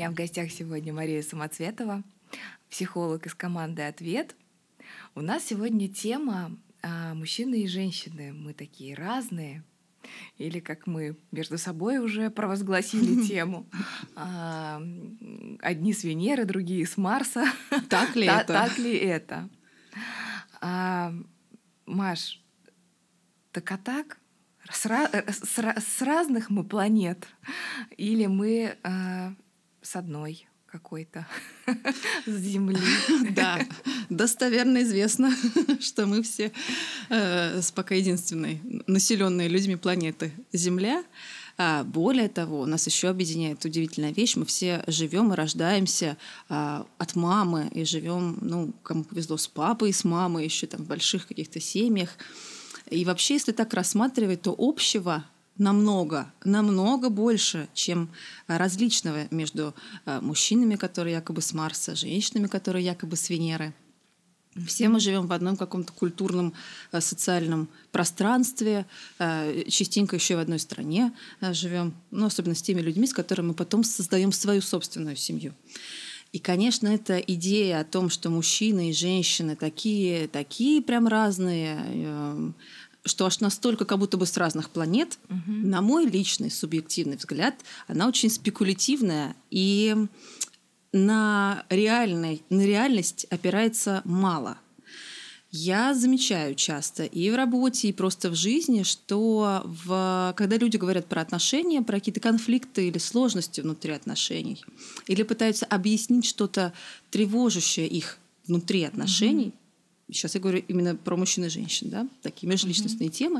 меня в гостях сегодня Мария Самоцветова, психолог из команды «Ответ». У нас сегодня тема «Мужчины и женщины. Мы такие разные». Или, как мы между собой уже провозгласили тему, одни с Венеры, другие с Марса. Так ли это? Так ли это? Маш, так? С разных мы планет? Или мы с одной какой-то, с Земли? Да, достоверно известно, что мы все с пока единственной населенной людьми планеты Земля. Более того, нас еще объединяет удивительная вещь. Мы все живем и рождаемся от мамы, и живем, кому повезло, с папой, с мамой, еще там в больших каких-то семьях. И вообще, если так рассматривать, то общего намного больше, чем различного между мужчинами, которые якобы с Марса, женщинами, которые якобы с Венеры. Все мы живем в одном каком-то культурном, социальном пространстве, частенько еще в одной стране живем, особенно с теми людьми, с которыми мы потом создаем свою собственную семью. И, конечно, эта идея о том, что мужчины и женщины такие прям разные, что аж настолько как будто бы с разных планет, на мой личный субъективный взгляд, она очень спекулятивная и на реальность опирается мало. Я замечаю часто и в работе, и просто в жизни, что когда люди говорят про отношения, про какие-то конфликты или сложности внутри отношений, или пытаются объяснить что-то тревожащее их внутри отношений, сейчас я говорю именно про мужчин и женщин, да, такие межличностные темы,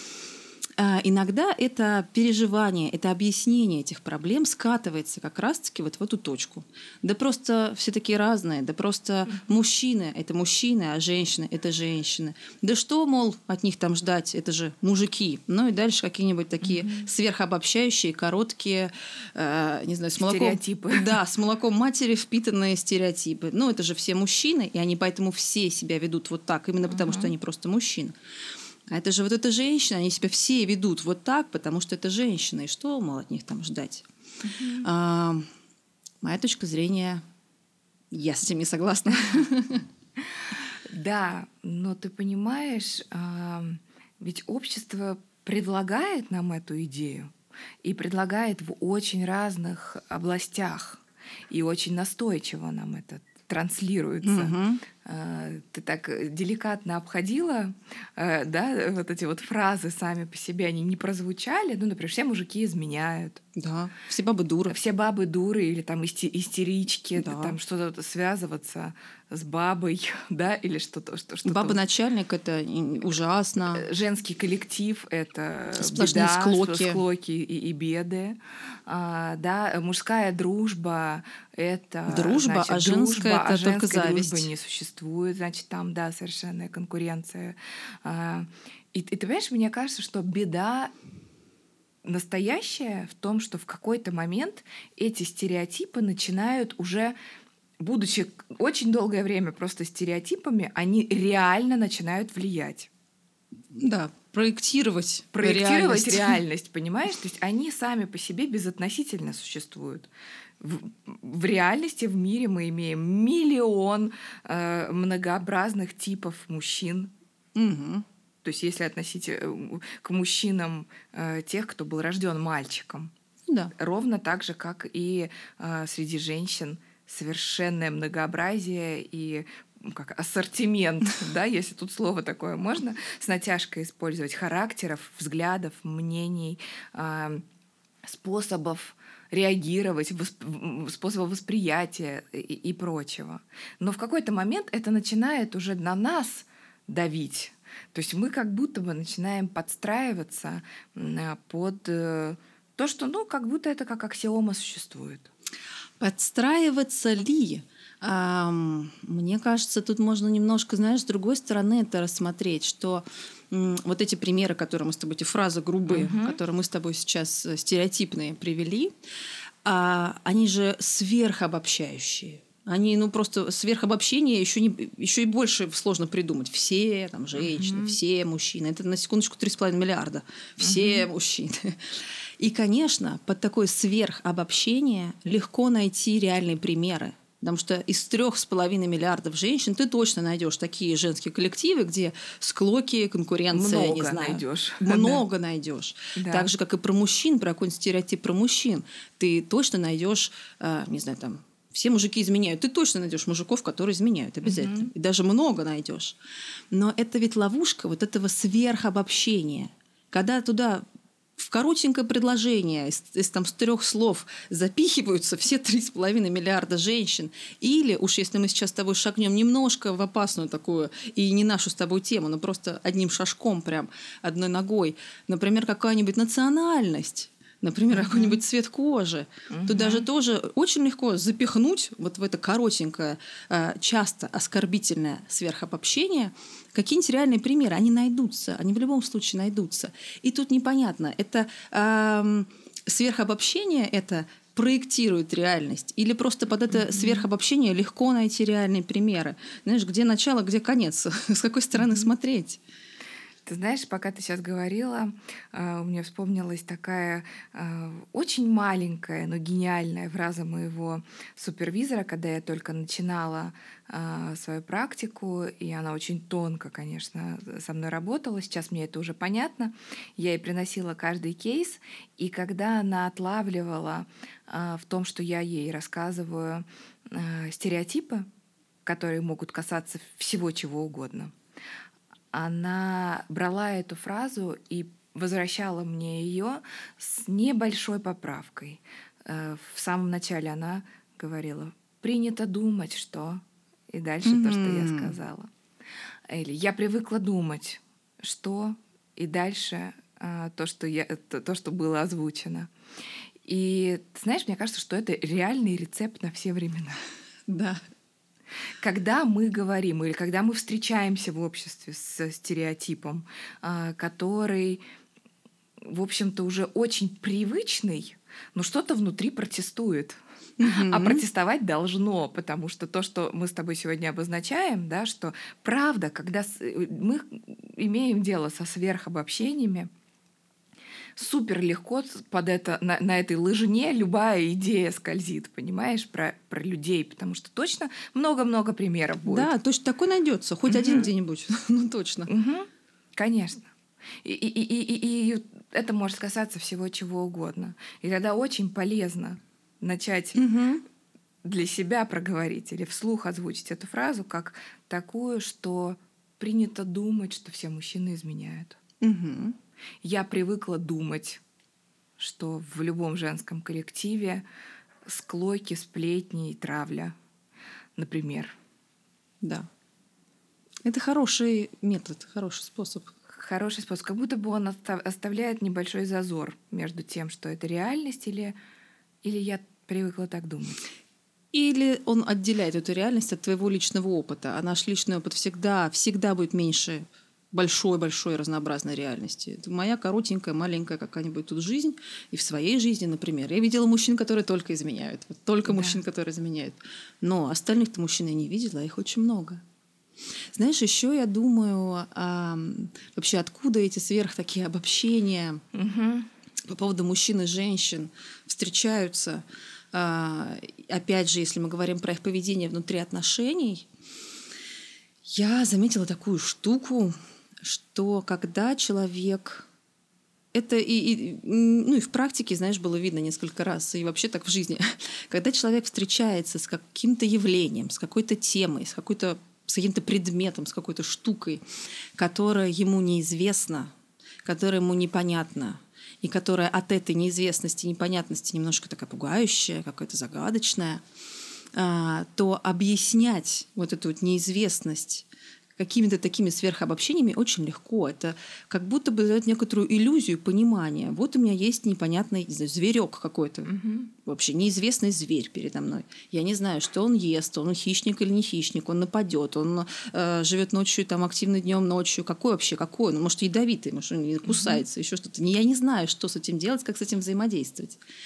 иногда это переживание, это объяснение этих проблем скатывается как раз-таки вот в эту точку. Да просто все такие разные, да просто мужчины – это мужчины, а женщины – это женщины. Да что, мол, от них там ждать, это же мужики. Ну и дальше какие-нибудь такие сверхобобщающие, короткие, не знаю, с молоком… Стереотипы. Да, с молоком матери впитанные стереотипы. Ну это же все мужчины, и они поэтому все себя ведут вот так, именно потому что они просто мужчины. А это же вот эта женщина, они себя все ведут вот так, потому что это женщина. И что, мол, от них там ждать? Моя точка зрения, я с этим не согласна. Да, но ты понимаешь, ведь общество предлагает нам эту идею и предлагает в очень разных областях, и очень настойчиво нам это транслируется. Ты так деликатно обходила, да, вот эти вот фразы сами по себе, они не прозвучали. Ну, например, все мужики изменяют. Да, все бабы дуры. Все бабы дуры или там истерички, Да. там что-то связываться с бабой, да, или что-то. Баба-начальник — это ужасно. Женский коллектив — это сплошные беда, склоки и беды. Да, мужская дружба — это... Дружба, значит, а женская — это только зависть. Дружбы не существует, значит, там, да, совершенная конкуренция. И ты понимаешь, мне кажется, что беда настоящая в том, что в какой-то момент эти стереотипы начинают уже, будучи очень долгое время просто стереотипами, они реально начинают влиять. Да, проектировать реальность, понимаешь? То есть они сами по себе безотносительно существуют. В реальности, в мире мы имеем миллион многообразных типов мужчин. То есть если относить к мужчинам тех, кто был рожден мальчиком, да. Ровно так же, как и среди женщин совершенное многообразие и как ассортимент, да, если тут слово такое можно с натяжкой использовать, характеров, взглядов, мнений, способов реагировать, способов восприятия и прочего. Но в какой-то момент это начинает уже на нас давить. То есть мы как будто бы начинаем подстраиваться под то, что, как будто это как аксиома существует. Подстраиваться ли? Мне кажется, тут можно немножко, с другой стороны это рассмотреть, что вот эти примеры, которые мы с тобой, эти фразы грубые, которые мы с тобой сейчас стереотипные привели, они же сверхобобщающие. Они, просто сверхобобщение еще и больше сложно придумать. Все там женщины, все мужчины. Это на секундочку 3,5 миллиарда. Все мужчины. И, конечно, под такое сверхобобщение легко найти реальные примеры. Потому что из 3,5 миллиардов женщин ты точно найдешь такие женские коллективы, где склоки, конкуренция, много не знаю, найдешь. много найдешь. Да. Так же, как и про мужчин, про какой-нибудь стереотип про мужчин, ты точно найдешь, не знаю, там, все мужики изменяют. Ты точно найдешь мужиков, которые изменяют обязательно. И даже много найдешь. Но это ведь ловушка вот этого сверхобобщения. Когда туда в коротенькое предложение из 3 слов запихиваются все 3,5 миллиарда женщин. Или уж если мы сейчас с тобой шагнем немножко в опасную такую, и не нашу с тобой тему, но просто одним шажком, прям одной ногой, например, какая-нибудь национальность, например, какой-нибудь цвет кожи, то даже тоже очень легко запихнуть вот в это коротенькое, часто оскорбительное сверхобобщение какие-нибудь реальные примеры. Они найдутся, они в любом случае найдутся. И тут непонятно, это сверхобобщение это проектирует реальность, или просто под это сверхобобщение легко найти реальные примеры. Знаешь, где начало, где конец, с какой стороны смотреть. Ты знаешь, пока ты сейчас говорила, у меня вспомнилась такая очень маленькая, но гениальная фраза моего супервизора, когда я только начинала свою практику, и она очень тонко, конечно, со мной работала. Сейчас мне это уже понятно. Я ей приносила каждый кейс, и когда она отлавливала в том, что я ей рассказываю стереотипы, которые могут касаться всего чего угодно, она брала эту фразу и возвращала мне ее с небольшой поправкой. В самом начале она говорила: «Принято думать, что…» И дальше то, что я сказала. Или «Я привыкла думать, что…» И дальше то, что было озвучено. И ты знаешь, мне кажется, что это реальный рецепт на все времена. Да. Когда мы говорим или когда мы встречаемся в обществе с стереотипом, который, в общем-то, уже очень привычный, но что-то внутри протестует. А протестовать должно, потому что то, что мы с тобой сегодня обозначаем, да, что правда, когда мы имеем дело со сверхобобщениями, супер легко на этой лыжне любая идея скользит, понимаешь, про людей, потому что точно много-много примеров будет. Да, точно такой найдется, хоть один где-нибудь, ну точно. Конечно. И это может касаться всего чего угодно. И тогда очень полезно начать для себя проговорить или вслух озвучить эту фразу как такую, что принято думать, что все мужчины изменяют. Я привыкла думать, что в любом женском коллективе склоки, сплетни и травля, например. Да. Это хороший метод, хороший способ. Хороший способ. Как будто бы он оставляет небольшой зазор между тем, что это реальность, или я привыкла так думать. Или он отделяет эту реальность от твоего личного опыта. А наш личный опыт всегда будет меньше большой-большой разнообразной реальности. Это моя коротенькая, маленькая какая-нибудь тут жизнь. И в своей жизни, например, я видела мужчин, которые только изменяют. Вот только мужчин, которые изменяют. Но остальных-то мужчин я не видела, их очень много. Знаешь, еще я думаю, вообще откуда эти такие обобщения по поводу мужчин и женщин встречаются. Опять же, если мы говорим про их поведение внутри отношений, я заметила такую штуку, что когда человек... Это и в практике, знаешь, было видно несколько раз, и вообще так в жизни. Когда человек встречается с каким-то явлением, с какой-то темой, с каким-то предметом, с какой-то штукой, которая ему неизвестна, которая ему непонятна, и которая от этой неизвестности, непонятности немножко такая пугающая, какая-то загадочная, то объяснять вот эту вот неизвестность какими-то такими сверхобобщениями очень легко. Это как будто бы дает некоторую иллюзию понимания. Вот у меня есть непонятный, не знаю, зверек какой-то, вообще неизвестный зверь передо мной. Я не знаю, что он ест, он хищник или не хищник, он нападет, он живет ночью, там, активно днем, ночью. Какой? Ну, может, ядовитый, может, он кусается, еще что-то. Я не знаю, что с этим делать, как с этим взаимодействовать.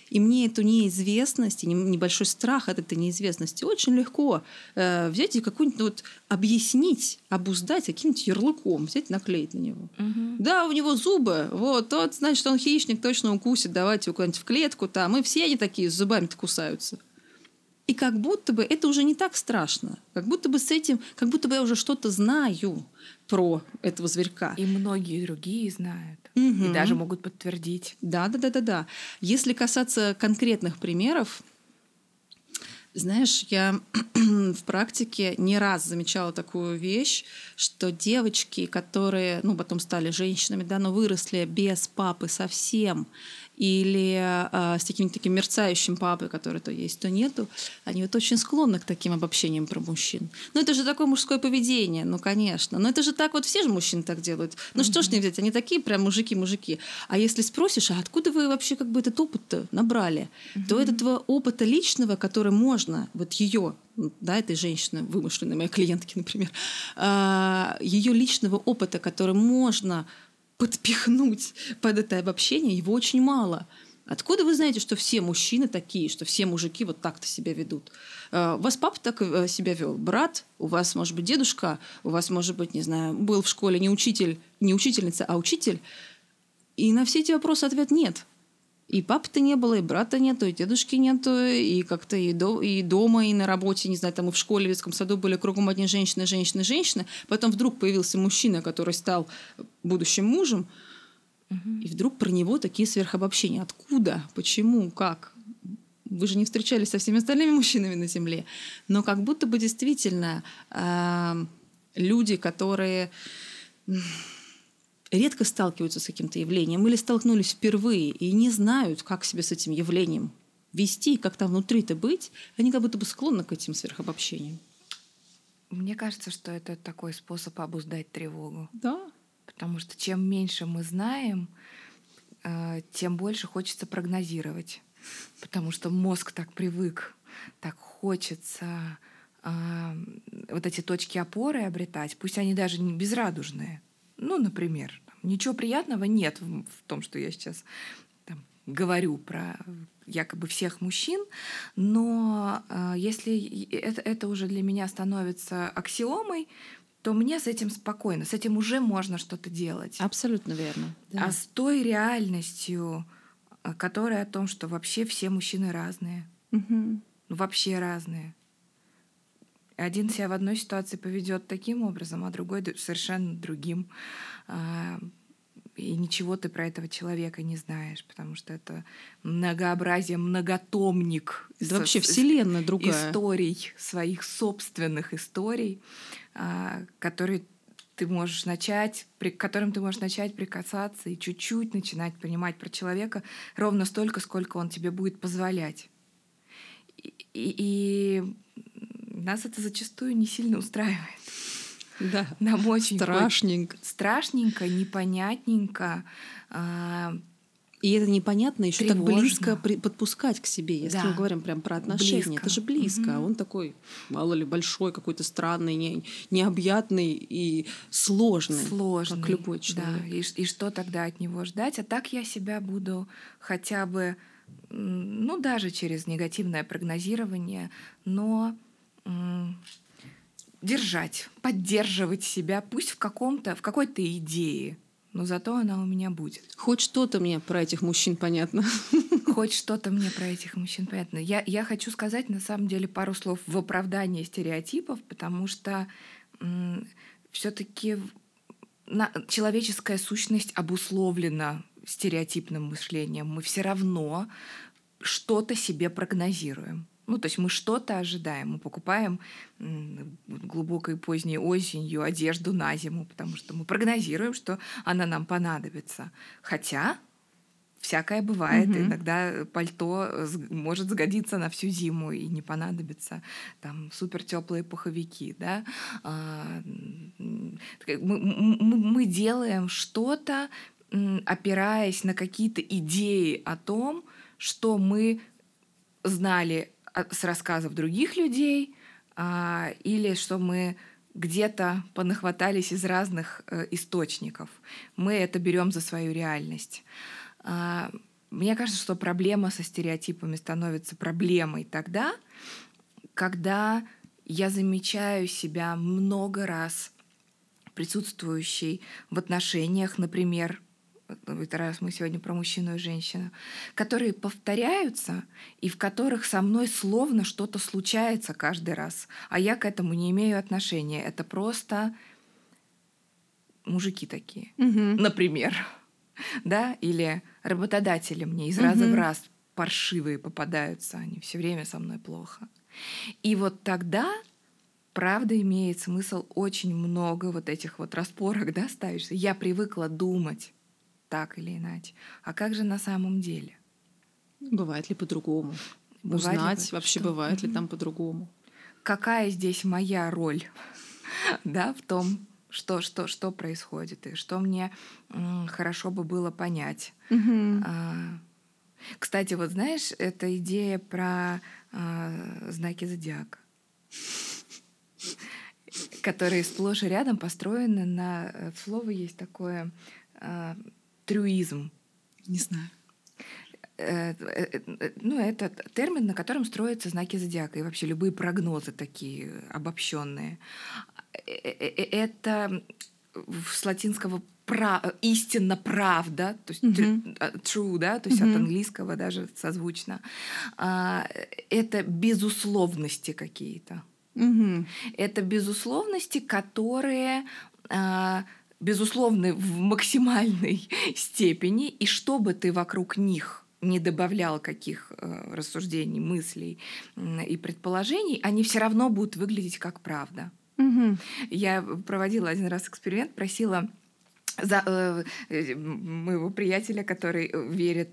И мне эту неизвестность, и небольшой страх от этой неизвестности очень легко взять и какую-нибудь вот объяснить, обуздать каким-нибудь ярлыком, взять, наклеить на него. Да, у него зубы, вот, тот, значит, он хищник, точно укусит, давайте его куда-нибудь в клетку там. И все они такие с зубами-то кусаются. И как будто бы это уже не так страшно. Как будто бы с этим, как будто бы я уже что-то знаю про этого зверька. И многие другие знают. И даже могут подтвердить. Да. Если касаться конкретных примеров, знаешь, я в практике не раз замечала такую вещь, что девочки, которые, потом стали женщинами, да, но выросли без папы совсем, или с каким-то таким мерцающим папой, который то есть, то нету, они вот очень склонны к таким обобщениям про мужчин. Ну, это же такое мужское поведение, конечно. Но это же так вот, все же мужчины так делают. Ну, что ж не взять, они такие прям мужики. А если спросишь, а откуда вы вообще как бы этот опыт набрали, то этого опыта личного, который можно, вот ее, да, этой женщины, вымышленной моей клиентки, например, ее личного опыта, который можно подпихнуть под это обобщение, его очень мало. Откуда вы знаете, что все мужчины такие, что все мужики вот так-то себя ведут? У вас папа так себя вел, брат, у вас, может быть, дедушка, у вас, может быть, не знаю, был в школе не учитель, не учительница, а учитель. И на все эти вопросы ответ нет. И папы-то не было, и брата нету, и дедушки нету, и как-то и дома, и на работе, не знаю, там и в школе, в детском саду были кругом одни женщины. Потом вдруг появился мужчина, который стал будущим мужем, и вдруг про него такие сверхобобщения. Откуда? Почему? Как? Вы же не встречались со всеми остальными мужчинами на Земле. Но как будто бы действительно люди, которые редко сталкиваются с каким-то явлением или столкнулись впервые и не знают, как себя с этим явлением вести, как там внутри-то быть, они как будто бы склонны к этим сверхобобщениям. Мне кажется, что это такой способ обуздать тревогу. Да. Потому что чем меньше мы знаем, тем больше хочется прогнозировать. Потому что мозг так привык, так хочется вот эти точки опоры обретать, пусть они даже не безрадужные. Например, ничего приятного нет в том, что я сейчас говорю про якобы всех мужчин, но если это уже для меня становится аксиомой, то мне с этим спокойно, с этим уже можно что-то делать. Абсолютно верно. Да. А с той реальностью, которая о том, что вообще все мужчины разные, вообще разные. Один себя в одной ситуации поведет таким образом, а другой совершенно другим. И ничего ты про этого человека не знаешь, потому что это многообразие, многотомник. Да вообще вселенная другая. Историй, своих собственных историй, которые ты можешь начать, к которым ты можешь начать прикасаться и чуть-чуть начинать понимать про человека ровно столько, сколько он тебе будет позволять. И нас это зачастую не сильно устраивает. Да. Нам очень страшненько. Страшненько, непонятненько. И это непонятно еще так близко подпускать к себе, если мы говорим прям про отношения. Близко. Это же близко. А он такой, мало ли, большой, какой-то странный, необъятный и сложный. Сложный, как любой человек. Да. И что тогда от него ждать? А так я себя буду хотя бы, даже через негативное прогнозирование, но держать, поддерживать себя, пусть в какой-то идее, но зато она у меня будет. Хоть что-то мне про этих мужчин понятно. Хоть что-то мне про этих мужчин понятно. Я хочу сказать, на самом деле, пару слов в оправдании стереотипов, потому что все-таки человеческая сущность обусловлена стереотипным мышлением. Мы все равно что-то себе прогнозируем. То есть мы что-то ожидаем. Мы покупаем глубокой поздней осенью одежду на зиму, потому что мы прогнозируем, что она нам понадобится. Хотя всякое бывает. Иногда пальто может сгодиться на всю зиму и не понадобится. Там супертеплые пуховики. Да? Мы делаем что-то, опираясь на какие-то идеи о том, что мы знали с рассказов других людей, или что мы где-то понахватались из разных источников. Мы это берем за свою реальность. Мне кажется, что проблема со стереотипами становится проблемой тогда, когда я замечаю себя много раз присутствующей в отношениях, например, это раз мы сегодня про мужчину и женщину, которые повторяются и в которых со мной словно что-то случается каждый раз, а я к этому не имею отношения. Это просто мужики такие, например, да, или работодатели мне из раза в раз паршивые попадаются, они все время со мной плохо. И вот тогда, правда, имеет смысл очень много вот этих вот распорок, да, ставишься. Я привыкла думать так или иначе. А как же на самом деле? Бывает ли по-другому? Бывает Узнать ли, вообще, что? бывает ли там по-другому? Какая здесь моя роль, да, в том, что происходит и что мне хорошо бы было понять. Кстати, вот знаешь, эта идея про знаки зодиака, которые сплошь и рядом построены на... Слово есть такое трюизм. Не знаю. Ну, это термин, на котором строятся знаки зодиака и вообще любые прогнозы такие обобщенные. Это с латинского истинно правда, то есть true, да, то есть от английского даже созвучно. Это безусловности какие-то. Это безусловности, которые безусловны в максимальной степени, и что бы ты вокруг них не добавлял каких рассуждений, мыслей и предположений, они все равно будут выглядеть как правда. Я проводила один раз эксперимент, просила моего приятеля, который верит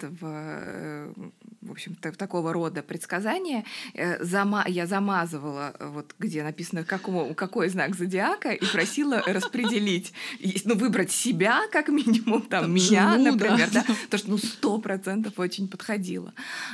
в общем-то, в такого рода предсказания, я замазывала, вот, где написано, какой знак зодиака, и просила распределить, выбрать себя, как минимум, там меня, жену, например, да, потому что 100% очень подходило.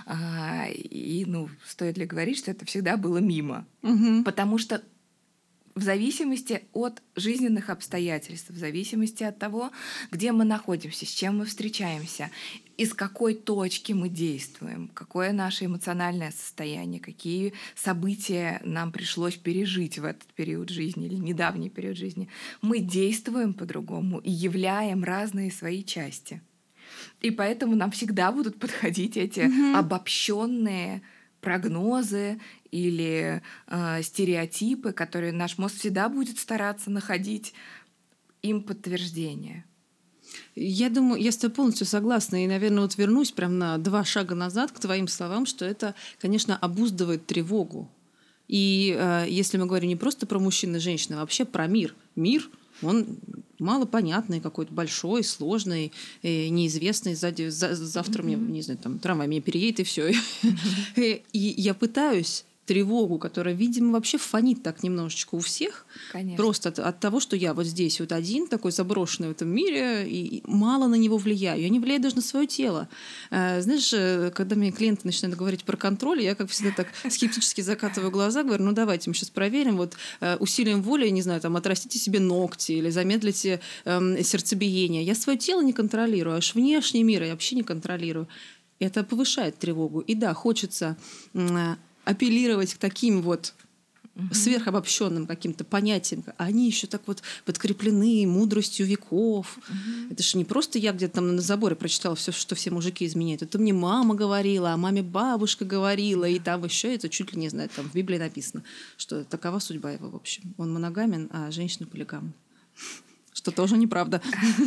И, стоит ли говорить, что это всегда было мимо. Потому что в зависимости от жизненных обстоятельств, в зависимости от того, где мы находимся, с чем мы встречаемся, из какой точки мы действуем, какое наше эмоциональное состояние, какие события нам пришлось пережить в этот период жизни или недавний период жизни, мы действуем по-другому и являем разные свои части. И поэтому нам всегда будут подходить эти обобщенные прогнозы или стереотипы, которые наш мозг всегда будет стараться находить им подтверждение. Я думаю, я с тобой полностью согласна. И, наверное, вот вернусь прям на 2 шага назад к твоим словам, что это, конечно, обуздывает тревогу. И если мы говорим не просто про мужчин и женщин, а вообще про мир. Мир, он малопонятный, какой-то большой, сложный, неизвестный. Завтра мне, не знаю, там трамвай меня переедет, и все. И я пытаюсь тревогу, которая, видимо, вообще фонит так немножечко у всех. Конечно. Просто от того, что я вот здесь вот один, такой заброшенный в этом мире, и мало на него влияю. Я не влияю даже на свое тело. Знаешь, когда мне клиенты начинают говорить про контроль, я, как всегда, так скептически закатываю глаза, говорю, давайте мы сейчас проверим, вот усилием воли, не знаю, там, отрастите себе ногти или замедлите сердцебиение. Я свое тело не контролирую, аж внешний мир я вообще не контролирую. Это повышает тревогу. И да, хочется апеллировать к таким вот сверхобобщенным каким-то понятиям. Они еще так вот подкреплены мудростью веков. Это же не просто я где-то там на заборе прочитала все, что все мужики изменяют. Это мне мама говорила, а маме бабушка говорила, и там еще это чуть ли не знаю, там в Библии написано, что такова судьба его, в общем. Он моногамен, а женщина полигамна. Что тоже неправда.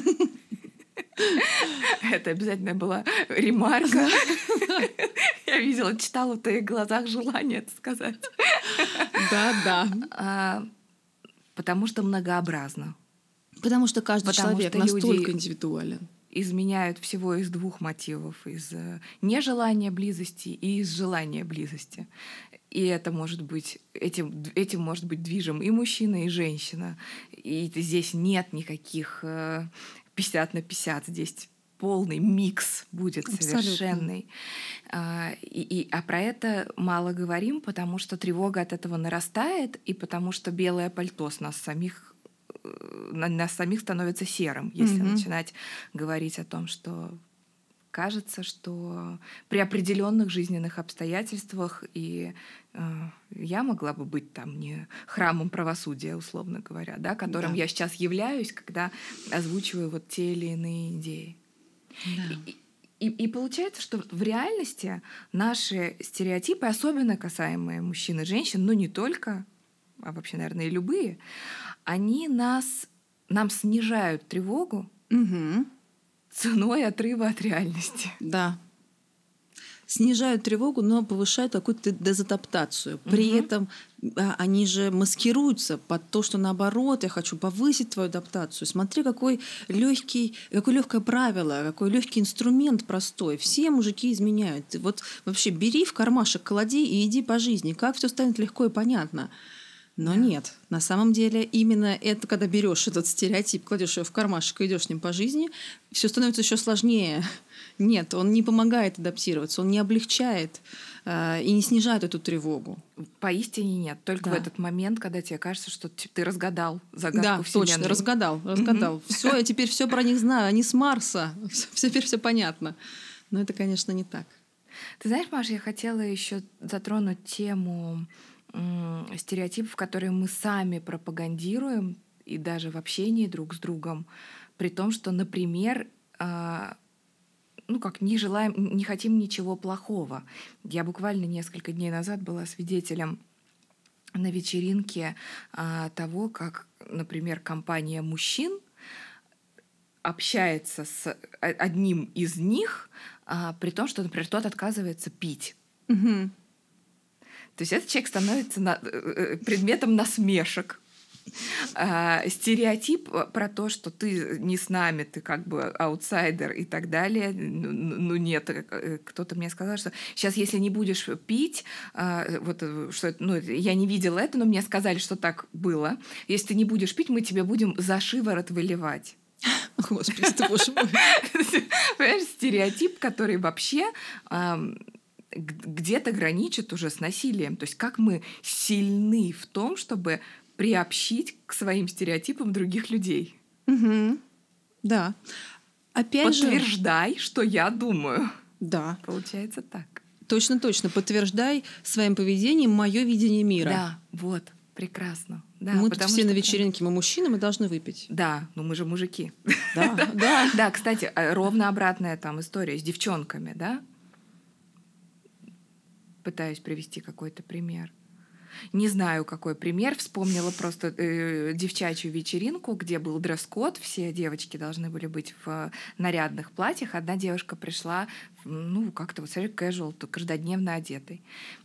Это обязательно была ремарка. Я видела, читала в твоих глазах желание это сказать. Да. Потому что многообразно. Потому что каждый человек настолько индивидуален. Изменяют всего из 2 мотивов: из нежелания близости и из желания близости. И это может быть, этим может быть движим и мужчина, и женщина. И здесь нет никаких 50 на 50. Здесь полный микс будет. Абсолютно. Совершенный. А про это мало говорим, потому что тревога от этого нарастает, и потому что белое пальто с нас самих становится серым, если начинать говорить о том, что кажется, что при определенных жизненных обстоятельствах я могла бы быть там не храмом правосудия, условно говоря, да, которым Да. я сейчас являюсь, когда озвучиваю вот те или иные идеи. Да. И получается, что в реальности наши стереотипы, особенно касаемые мужчин и женщин, но не только, а вообще, наверное, и любые, они нам снижают тревогу Угу. ценой отрыва от реальности. Да. Снижают тревогу, но повышают какую-то дезадаптацию. При этом они же маскируются под то, что наоборот, я хочу повысить твою адаптацию. Смотри, какое легкое правило, какой легкий инструмент простой. Все мужики изменяют. Ты вот вообще бери в кармашек, клади и иди по жизни. Как все станет легко и понятно. Но нет, на самом деле именно это, когда берешь этот стереотип, кладешь его в кармашек и идешь с ним по жизни, все становится еще сложнее. Нет, он не помогает адаптироваться, он не облегчает и не снижает эту тревогу. Поистине нет. Только в этот момент, когда тебе кажется, что ты разгадал загадку да, Вселенной. Точно, разгадал. Все, я теперь все про них знаю, они с Марса, теперь все понятно. Но это, конечно, не так. Ты знаешь, Маша, я хотела еще затронуть тему стереотипов, которые мы сами пропагандируем и даже в общении друг с другом, при том, что, например, не хотим ничего плохого. Я буквально несколько дней назад была свидетелем на вечеринке того, как, например, компания мужчин общается с одним из них, при том, что, например, тот отказывается пить. Угу. То есть этот человек становится предметом насмешек. Стереотип про то, что ты не с нами, ты как бы аутсайдер и так далее. Ну нет, кто-то мне сказал, что сейчас, если не будешь пить, я не видела это, но мне сказали, что так было. Если ты не будешь пить, мы тебе будем за шиворот выливать. Господи, ты, боже мой. Понимаешь, стереотип, который вообще где-то граничит уже с насилием. То есть как мы сильны в том, чтобы приобщить к своим стереотипам других людей. Угу. Да. Опять Подтверждай, что я думаю. Да. Получается так. Точно. Подтверждай своим поведением мое видение мира. Да, вот, прекрасно. Да, мы тут все на вечеринке, мы мужчины, мы должны выпить. Да, но мы же мужики. Да. Да, кстати, ровно обратная там история с девчонками, да? Пытаюсь привести какой-то пример. Не знаю, какой пример. Вспомнила просто девчачью вечеринку, где был дресс-код. Все девочки должны были быть в нарядных платьях. Одна девушка пришла, как-то вот casual, каждодневно одетой.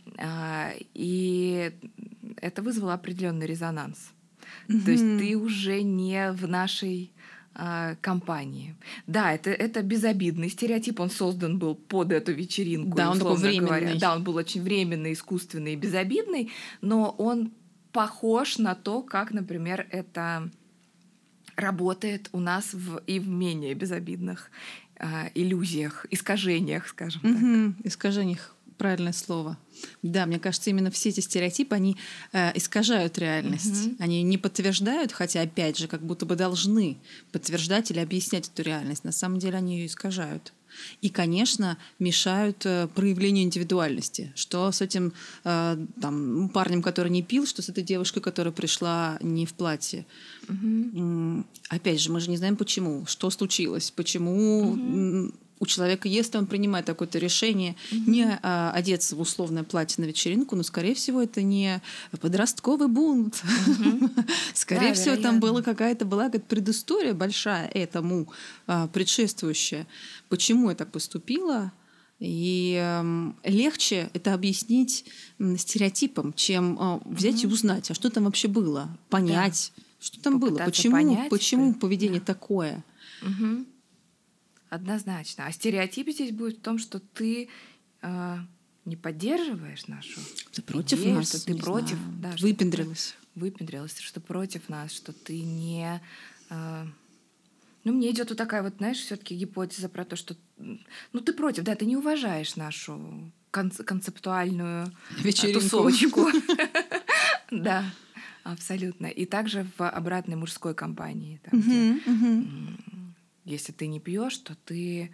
И это вызвало определенный резонанс. То есть ты уже не в нашей компании. Да, это безобидный стереотип, он создан был под эту вечеринку. Да, он такой временный. Говоря. Да, он был очень временный, искусственный и безобидный, но он похож на то, как, например, это работает у нас и в менее безобидных иллюзиях, искажениях, скажем так. Искажениях. Правильное слово. Да, мне кажется, именно все эти стереотипы, они искажают реальность. Они не подтверждают, хотя, опять же, как будто бы должны подтверждать или объяснять эту реальность. На самом деле они ее искажают. И, конечно, мешают проявлению индивидуальности. Что с этим парнем, который не пил, что с этой девушкой, которая пришла не в платье. Опять же, мы же не знаем, почему, что случилось, почему... У человека, если он принимает какое-то решение не одеться в условное платье на вечеринку, но, скорее всего, это не подростковый бунт. Скорее всего, там была какая-то предыстория большая этому, предшествующая. Почему я так поступила? И легче это объяснить стереотипом, чем взять и узнать, а что там вообще было, понять, что там было, почему поведение такое. Однозначно. А стереотип здесь будет в том, что ты не поддерживаешь нашу ты против идею, нас, что ты против, да, выпендрилась, что ты против нас, что ты не... мне идет вот такая вот, знаешь, все-таки гипотеза про то, что ты против, да, ты не уважаешь нашу концептуальную тусовочку. Да, абсолютно. И также в обратной мужской компании, там, где если ты не пьешь, то ты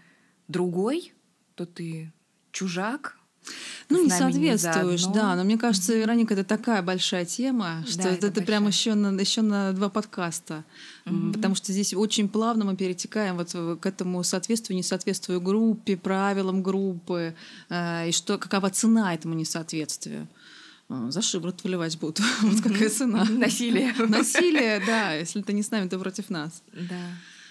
другой, то ты чужак. Ну, не соответствуешь, да. Но мне кажется, Вероника, это такая большая тема, что Да, это прям еще на 2 подкаста. Потому что здесь очень плавно мы перетекаем вот к этому соответствию, несоответствию группе, правилам группы, и какова цена этому несоответствию. За шиворот выливать будут. Вот какая цена. Насилие. Насилие, да. Если ты не с нами, то против нас. Да.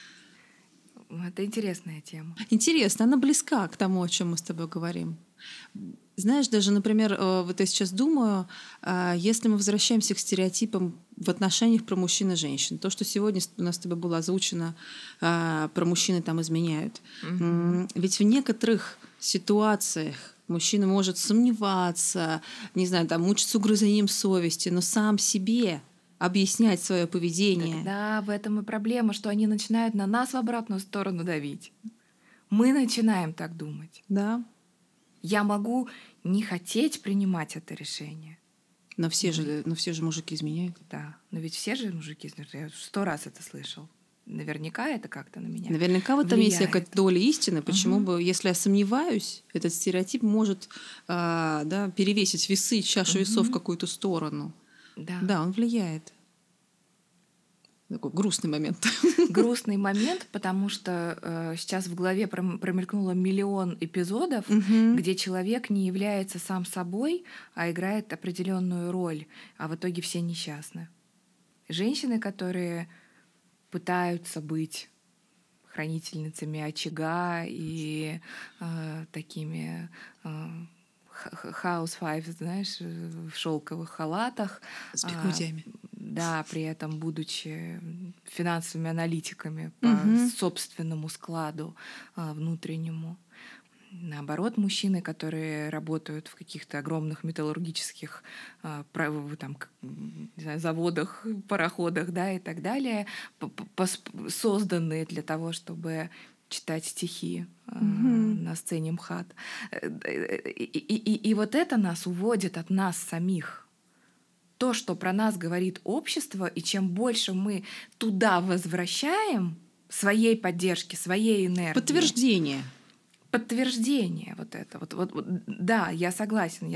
Это интересная тема. Интересно, она близка к тому, о чем мы с тобой говорим. Знаешь, даже, например, вот я сейчас думаю, если мы возвращаемся к стереотипам в отношениях про мужчин и женщин, то, что сегодня у нас с тобой было озвучено, про мужчины там изменяют. Ведь в некоторых ситуациях мужчина может сомневаться, не знаю, там, мучиться угрызением совести, но сам себе объяснять свое поведение. Да, в этом и проблема, что они начинают на нас в обратную сторону давить. Мы начинаем так думать. Да. Я могу не хотеть принимать это решение. Но все же мужики изменяют. Да, но ведь все же мужики изменяют. Я 100 раз это слышал. Наверняка это как-то на меня Наверняка в этом есть влияет. какая-то доля истины. Почему бы, если я сомневаюсь, этот стереотип может перевесить весы, чашу весов в какую-то сторону. Да, он влияет. Такой грустный момент. Грустный момент, потому что сейчас в голове промелькнуло миллион эпизодов, где человек не является сам собой, а играет определенную роль, а в итоге все несчастны. Женщины, которые пытаются быть хранительницами очага и такими housewives, знаешь, в шелковых халатах. С бигудями. Да, при этом будучи финансовыми аналитиками по собственному складу внутреннему. Наоборот, мужчины, которые работают в каких-то огромных металлургических там, не знаю, заводах, пароходах, да, и так далее, созданные для того, чтобы читать стихи на сцене МХАТ. И вот это нас уводит от нас самих. То, что про нас говорит общество, и чем больше мы туда возвращаем своей поддержки, своей энергии. Подтверждение вот это. Вот, да, я согласен.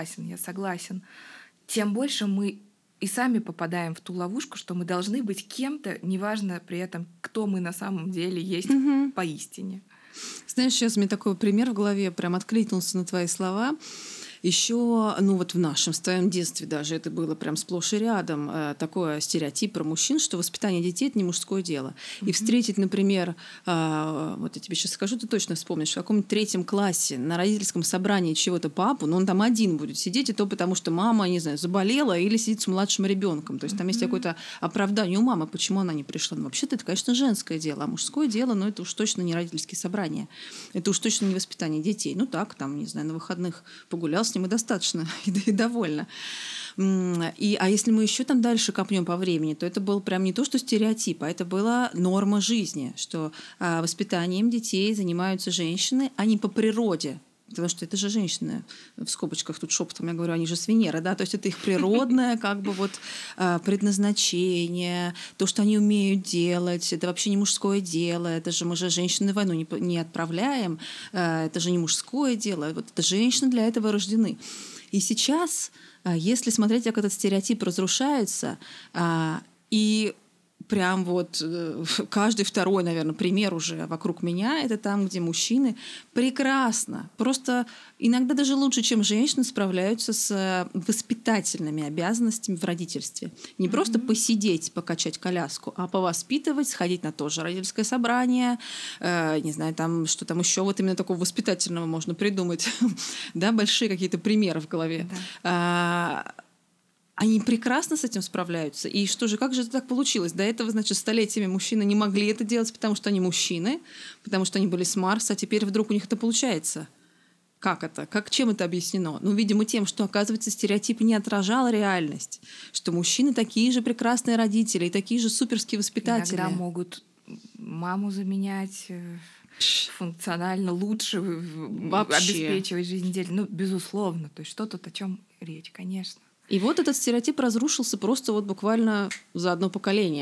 Тем больше мы и сами попадаем в ту ловушку, что мы должны быть кем-то, неважно при этом, кто мы на самом деле есть поистине. Знаешь, сейчас мне такой пример в голове прям откликнулся на твои слова. Еще, в нашем, в твоем детстве даже это было прям сплошь и рядом, такой стереотип про мужчин, что воспитание детей — это не мужское дело. И встретить, например, вот я тебе сейчас скажу, ты точно вспомнишь, в каком-нибудь 3 классе на родительском собрании чего-то папу, но он там один будет сидеть, и то потому, что мама, не знаю, заболела или сидит с младшим ребенком. То есть там есть какое-то оправдание у мамы, почему она не пришла. Но вообще-то это, конечно, женское дело, а мужское дело, это уж точно не родительские собрания. Это уж точно не воспитание детей. Так, там, не знаю, на выходных погулял с ним и достаточно, и довольно. А если мы еще там дальше копнем по времени, то это был прям не то, что стереотип, а это была норма жизни, что воспитанием детей занимаются женщины, а не по природе. Потому что это же женщины, в скобочках тут шепотом я говорю, они же с Венеры, да, то есть это их природное предназначение, то, что они умеют делать, это вообще не мужское дело, это же мы же женщин на войну не отправляем, это же не мужское дело, это женщины для этого рождены. И сейчас, если смотреть, как этот стереотип разрушается, и прям каждый второй, наверное, пример уже вокруг меня — это там, где мужчины прекрасно, просто иногда даже лучше, чем женщины, справляются с воспитательными обязанностями в родительстве. Не просто посидеть, покачать коляску, а повоспитывать, сходить на то же родительское собрание, не знаю, там, что там еще именно такого воспитательного можно придумать. Да, большие какие-то примеры в голове. Да. Они прекрасно с этим справляются. И что же, как же это так получилось? До этого, значит, столетиями мужчины не могли это делать, потому что они мужчины, потому что они были с Марса, а теперь вдруг у них это получается. Как это? Чем это объяснено? Видимо, тем, что, оказывается, стереотип не отражал реальность, что мужчины такие же прекрасные родители и такие же суперские воспитатели. Иногда могут маму заменять функционально лучше, обеспечивать жизнь детей. Безусловно. То есть что тут, о чем речь, конечно. И этот стереотип разрушился просто буквально за одно поколение.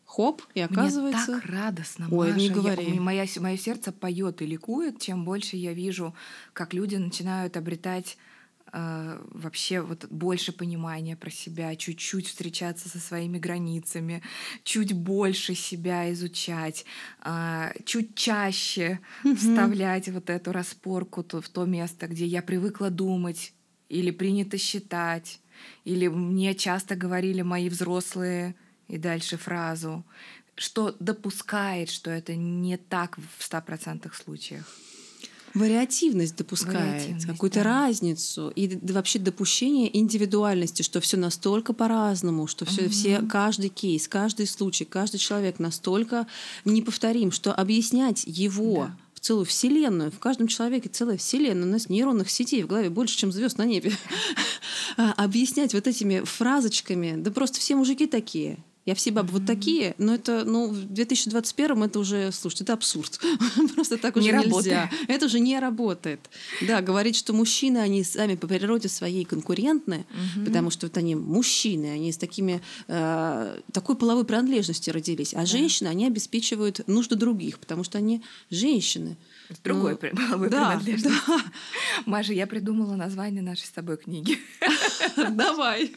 хоп, и оказывается... Мне так радостно, Ой, Маша. не говори. Мое сердце поет и ликует, чем больше я вижу, как люди начинают обретать вообще вот больше понимания про себя, чуть-чуть встречаться со своими границами, чуть больше себя изучать, чуть чаще вставлять вот эту распорку в то место, где я привыкла думать или принято считать, или мне часто говорили мои взрослые, и дальше фразу, что допускает, что это не так в 100% случаях. Вариативность допускает, какую-то разницу и вообще допущение индивидуальности, что все настолько по-разному, что все, каждый кейс, каждый случай, каждый человек настолько неповторим, что объяснять его в целую вселенную, в каждом человеке целая вселенная, у нас нейронных сетей в голове больше, чем звезд на небе. Объяснять вот этими фразочками, да просто все мужики такие. Я все бабы вот такие, но это, в 2021 это уже, слушайте, это абсурд. Просто так уже нельзя. Это уже не работает. Да, говорить, что мужчины, они сами по природе своей конкурентны, потому что вот они мужчины, они с такой половой принадлежностью родились, а женщины, они обеспечивают нужды других, потому что они женщины. С другой половой принадлежностью. Да. Маша, я придумала название нашей с тобой книги. Давай.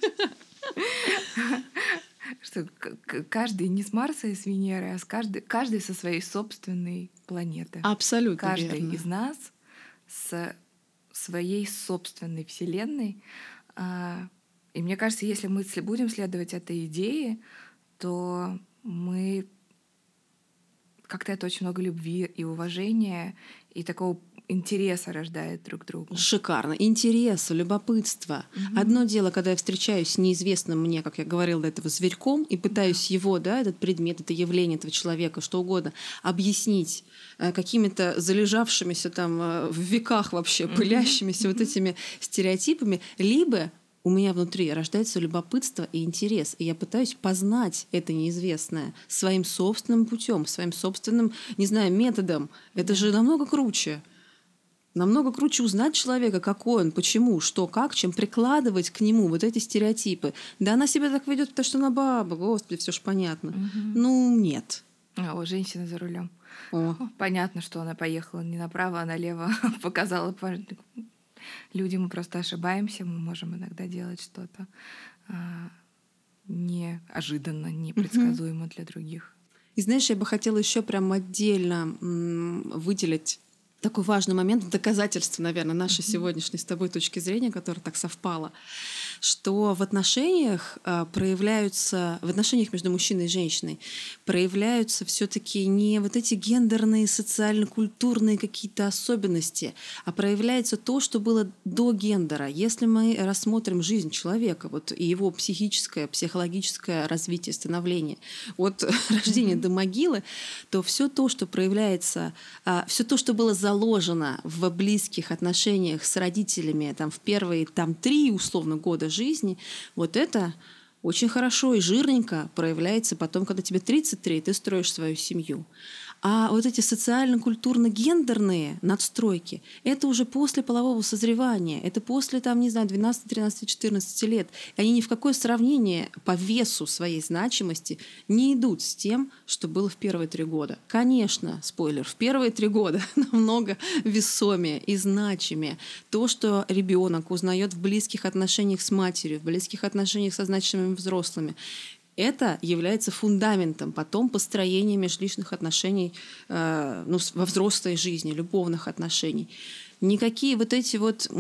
Что каждый не с Марса и с Венеры, а каждый со своей собственной планеты. Абсолютно каждый верно. Из нас с своей собственной вселенной. И мне кажется, если мы будем следовать этой идее, то мы как-то это очень много любви и уважения, и такого интереса рождает друг к другу. Шикарно. Интереса, любопытства. Одно дело, когда я встречаюсь с неизвестным мне, как я говорила до этого, зверьком, и пытаюсь его, этот предмет, это явление этого человека, что угодно, объяснить какими-то залежавшимися там в веках вообще пылящимися вот этими стереотипами, либо у меня внутри рождается любопытство и интерес, и я пытаюсь познать это неизвестное своим собственным путем, своим собственным, не знаю, методом. Это же намного круче. Намного круче узнать человека, какой он, почему, что, как, чем прикладывать к нему вот эти стереотипы. Да она себя так ведет, потому что она баба, господи, все ж понятно. Нет. О, женщина за рулем. Понятно, что она поехала не направо, а налево, показала. Люди, мы просто ошибаемся, мы можем иногда делать что-то неожиданно, непредсказуемо для других. И знаешь, я бы хотела еще прям отдельно выделить такой важный момент, доказательство, наверное, нашей сегодняшней с тобой точки зрения, которая так совпала, что в отношениях между мужчиной и женщиной проявляются все-таки не вот эти гендерные, социально-культурные какие-то особенности, а проявляется то, что было до гендера. Если мы рассмотрим жизнь человека и его психическое, психологическое развитие, становление от рождения до могилы, то все то, что проявляется, все то, что было заложено в близких отношениях с родителями в первые 3 условно года жизни, вот это очень хорошо и жирненько проявляется потом, когда тебе 33, и ты строишь свою семью. А вот эти социально-культурно-гендерные надстройки — это уже после полового созревания, это после 12, 13, 14 лет. И они ни в какое сравнение по весу своей значимости не идут с тем, что было в первые 3 года. Конечно, спойлер, в первые 3 года намного весомее и значимее то, что ребенок узнает в близких отношениях с матерью, в близких отношениях со значимыми взрослыми. Это является фундаментом потом построения межличных отношений во взрослой жизни, любовных отношений. Никакие вот эти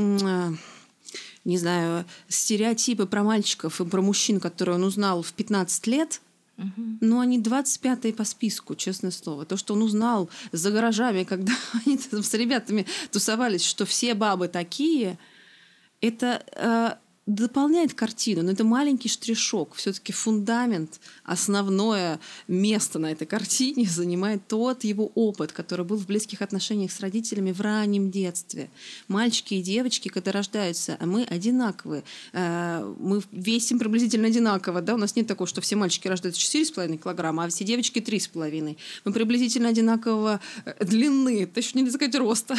стереотипы про мальчиков и про мужчин, которые он узнал в 15 лет, но они 25-е по списку, честное слово. То, что он узнал за гаражами, когда они с ребятами тусовались, что все бабы такие, это дополняет картину, но это маленький штришок. Все-таки фундамент, основное место на этой картине занимает тот его опыт, который был в близких отношениях с родителями в раннем детстве. Мальчики и девочки, когда рождаются, мы одинаковые. Мы весим приблизительно одинаково. Да? У нас нет такого, что все мальчики рождаются 4,5 килограмма, а все девочки 3,5. Мы приблизительно одинакового длины, это еще нельзя сказать роста.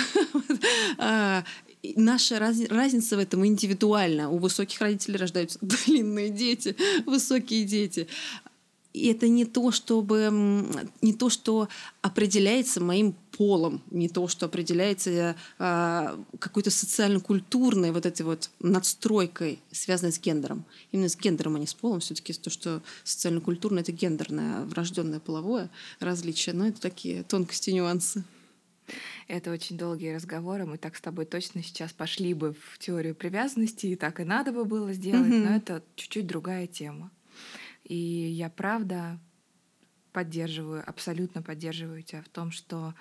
Наша разница в этом индивидуальна. У высоких родителей рождаются длинные дети, высокие дети. И это не то, не то, что определяется моим полом, не то, что определяется какой-то социально-культурной вот этой вот надстройкой, связанной с гендером. Именно с гендером, а не с полом. Все-таки то, что социально-культурно, это гендерное, врожденное половое различие. Но это такие тонкости, нюансы. Это очень долгие разговоры. Мы так с тобой точно сейчас пошли бы в теорию привязанности, и так и надо бы было сделать, но это чуть-чуть другая тема. И я правда поддерживаю, абсолютно поддерживаю тебя в том, что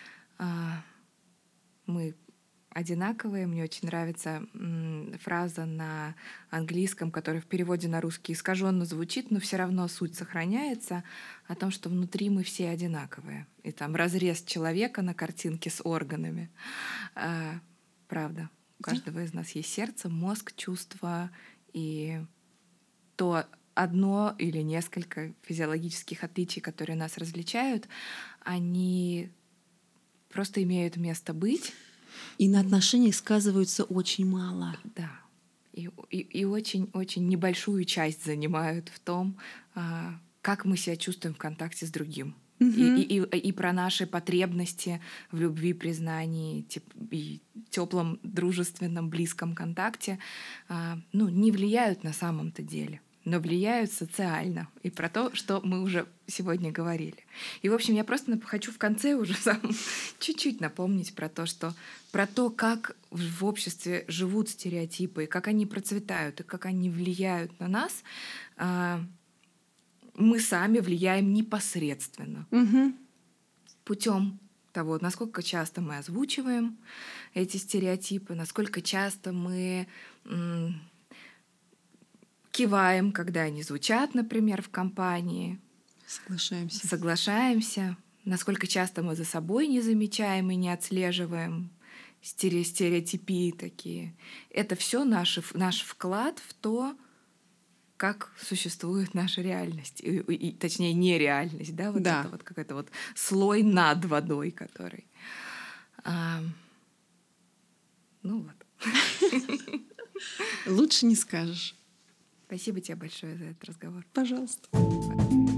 мы одинаковые. Мне очень нравится фраза на английском, которая в переводе на русский искаженно звучит, но все равно суть сохраняется, о том, что внутри мы все одинаковые. И там разрез человека на картинке с органами. Правда, у каждого из нас есть сердце, мозг, чувства, и то одно или несколько физиологических отличий, которые нас различают, они просто имеют место быть. И на отношениях сказываются очень мало. Да. И очень-очень небольшую часть занимают в том, как мы себя чувствуем в контакте с другим. И про наши потребности в любви, признании и теплом, дружественном, близком контакте не влияют на самом-то деле, но влияют социально. И про то, что мы уже сегодня говорили. И, в общем, я просто хочу в конце уже чуть-чуть напомнить про то, как в обществе живут стереотипы, и как они процветают, и как они влияют на нас. Мы сами влияем непосредственно. Путем того, насколько часто мы озвучиваем эти стереотипы, насколько часто мы киваем, когда они звучат, например, в компании. Соглашаемся. Насколько часто мы за собой не замечаем и не отслеживаем стереотипии такие. Это все наш вклад в то, как существует наша реальность. Точнее, нереальность. Да? Это вот какой-то вот слой над водой, который... Лучше не скажешь. Спасибо тебе большое за этот разговор. Пожалуйста.